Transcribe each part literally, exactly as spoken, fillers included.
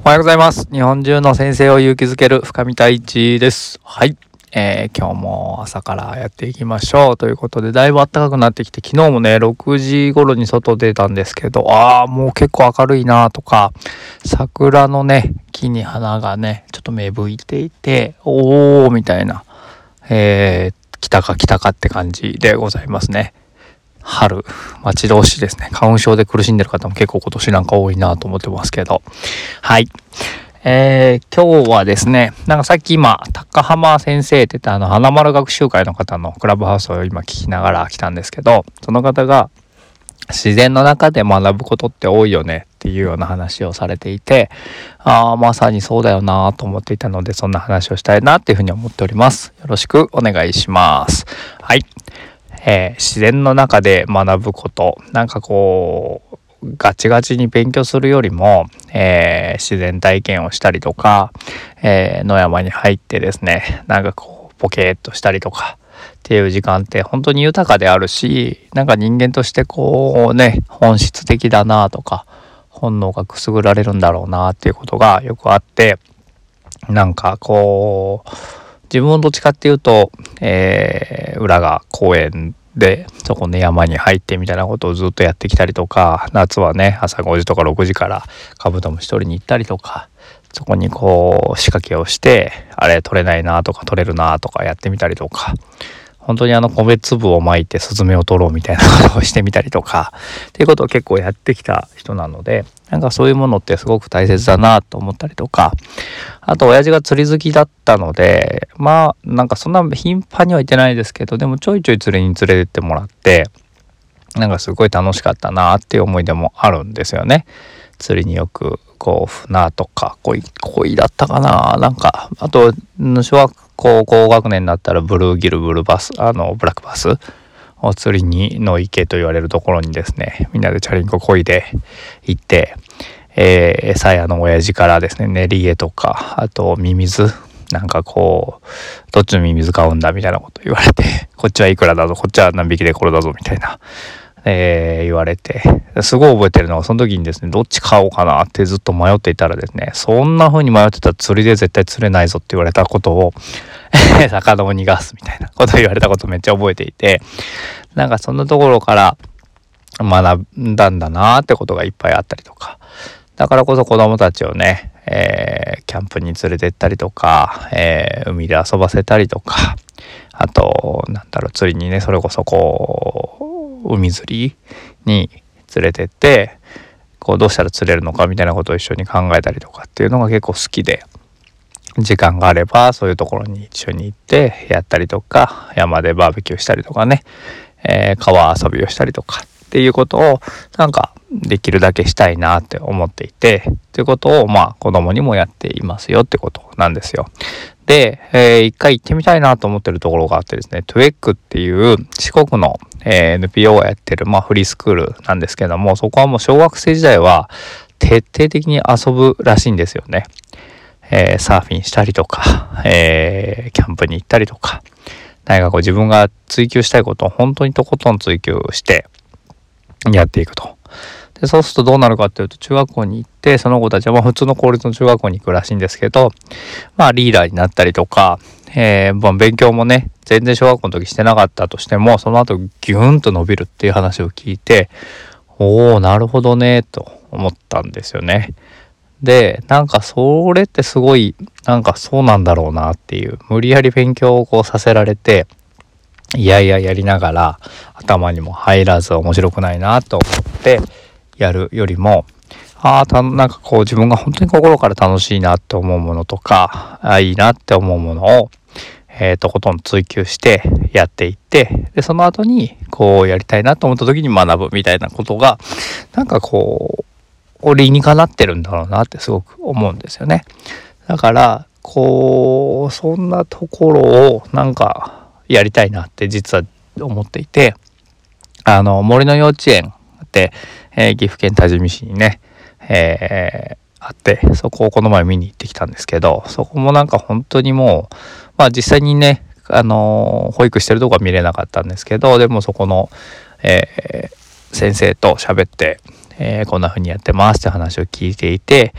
おはようございます。日本中の先生を勇気づける深見太一です。はい、えー、今日も朝からやっていきましょうということで、だいぶ暖かくなってきて、昨日もねろくじ頃に外出たんですけど、ああもう結構明るいなとか、桜のね木に花がねちょっと芽吹いていて、おーみたいな、えー、来たか来たかって感じでございますね。春待ち遠しいですね。花粉症で苦しんでる方も結構今年なんか多いなと思ってますけど、はい、えー、今日はですね、なんかさっき今高浜先生って言ったあの花丸学習会の方のクラブハウスを今聞きながら来たんですけど、その方が自然の中で学ぶことって多いよねっていうような話をされていて、ああまさにそうだよなと思っていたので、そんな話をしたいなっていうふうに思っております。よろしくお願いします。はい、えー、自然の中で学ぶこと、なんかこうガチガチに勉強するよりも、えー、自然体験をしたりとか、えー、野山に入ってですね、なんかこうポケーっとしたりとかっていう時間って本当に豊かであるし、なんか人間としてこうね本質的だなとか、本能がくすぐられるんだろうなっていうことがよくあって、なんかこう自分どっちかっていうと、えー、浦賀公園でそこね山に入ってみたいなことをずっとやってきたりとか、夏はね朝ごじとかろくじからカブトムシ取りに行ったりとか、そこにこう仕掛けをして、あれ取れないなとか取れるなとかやってみたりとか、本当にあの米粒をまいてスズメを取ろうみたいなことをしてみたりとかっていうことを結構やってきた人なので、なんかそういうものってすごく大切だなと思ったりとか、あと親父が釣り好きだったので、まあなんかそんな頻繁には行ってないですけど、でもちょいちょい釣りに連れてってもらって、なんかすごい楽しかったなっていう思い出もあるんですよね。釣りによくこう船とか鯉鯉だったかな、なんかあと小学校高学年になったらブルーギルブルーバスあのブラックバスを釣りにの池と言われるところにですね、みんなでチャリンコ漕いで行って、えー、餌屋の親父からですね練り餌とか、あとミミズなんかこうどっちのミミズ買うんだみたいなこと言われて、こっちはいくらだぞ、こっちは何匹でこれだぞみたいな、えー、言われて、すごい覚えてるのはその時にですね、どっち買おうかなってずっと迷っていたらですね、そんな風に迷ってたら釣りで絶対釣れないぞって言われたことを魚を逃がすみたいなことを言われたことをめっちゃ覚えていて、なんかそんなところから学んだんだなってことがいっぱいあったりとか、だからこそ子供たちをね、えー、キャンプに連れて行ったりとか、えー、海で遊ばせたりとか、あとなんだろう釣りにね、それこそこう海釣りに連れてってこうどうしたら釣れるのかみたいなことを一緒に考えたりとかっていうのが結構好きで、時間があればそういうところに一緒に行ってやったりとか、山でバーベキューしたりとかね、えー、川遊びをしたりとかっていうことをなんかできるだけしたいなって思っていて、ということをまあ子供にもやっていますよってことなんですよ。で、えー、一回行ってみたいなと思ってるところがあってですね、トゥエックっていう四国の、えー、エヌピーオー がやってる、まあ、フリースクールなんですけども、そこはもう小学生時代は徹底的に遊ぶらしいんですよね。えー、サーフィンしたりとか、えー、キャンプに行ったりとか、何かこう自分が追求したいことを本当にとことん追求してやっていくと。でそうするとどうなるかっていうと、中学校に行ってその子たちはまあ普通の公立の中学校に行くらしいんですけど、まあリーダーになったりとか、えーまあ、勉強もね全然小学校の時してなかったとしても、その後ギュンと伸びるっていう話を聞いて、おーなるほどねと思ったんですよね。でなんかそれってすごいなんかそうなんだろうなっていう、無理やり勉強をこうさせられて、いやいややりながら頭にも入らず面白くないなと思ってやるよりも、ああなんかこう自分が本当に心から楽しいなって思うものとか、あいいなって思うものをえー、とことん追求してやっていって、でその後にこうやりたいなと思った時に学ぶみたいなことがなんかこう理にかなってるんだろうなってすごく思うんですよね。だからこうそんなところをなんかやりたいなって実は思っていて、あの森の幼稚園って、えー、岐阜県多治見市にね、えー、あって、そこをこの前見に行ってきたんですけど、そこもなんか本当にもうまあ実際にね、あのー、保育してるとこは見れなかったんですけど、でもそこの、えー、先生と喋って、えー、こんな風にやってますって話を聞いていて、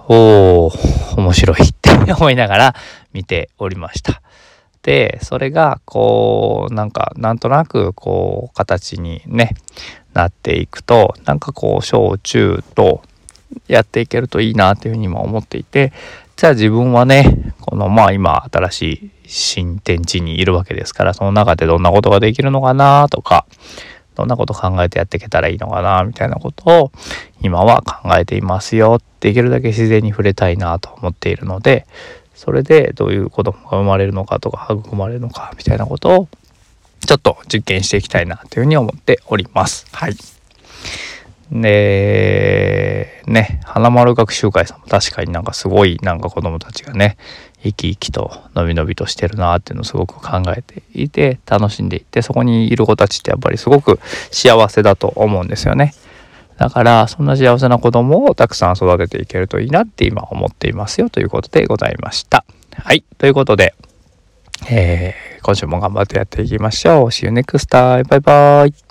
おー面白いって思いながら見ておりました。でそれがこうなんかなんとなくこう形にねなっていくと、なんかこう小中とやっていけるといいなというふうにも思っていて、じゃあ自分はねこのまあ今新しい新天地にいるわけですから、その中でどんなことができるのかなとか、どんなこと考えてやっていけたらいいのかなみたいなことを今は考えていますよ。できるだけ自然に触れたいなと思っているので、それでどういう子供が生まれるのかとか育まれるのかみたいなことをちょっと実験していきたいなというふうに思っております。はい。でね、花丸学習会さんも確かになんかすごいなんか子供たちがね生き生きとのびのびとしてるなっていうのをすごく考えていて楽しんでいて、そこにいる子たちってやっぱりすごく幸せだと思うんですよね。だからそんな幸せな子供をたくさん育てていけるといいなって今思っていますよということでございました。はい、ということで、えー、今週も頑張ってやっていきましょう。See you next time. バイバイ。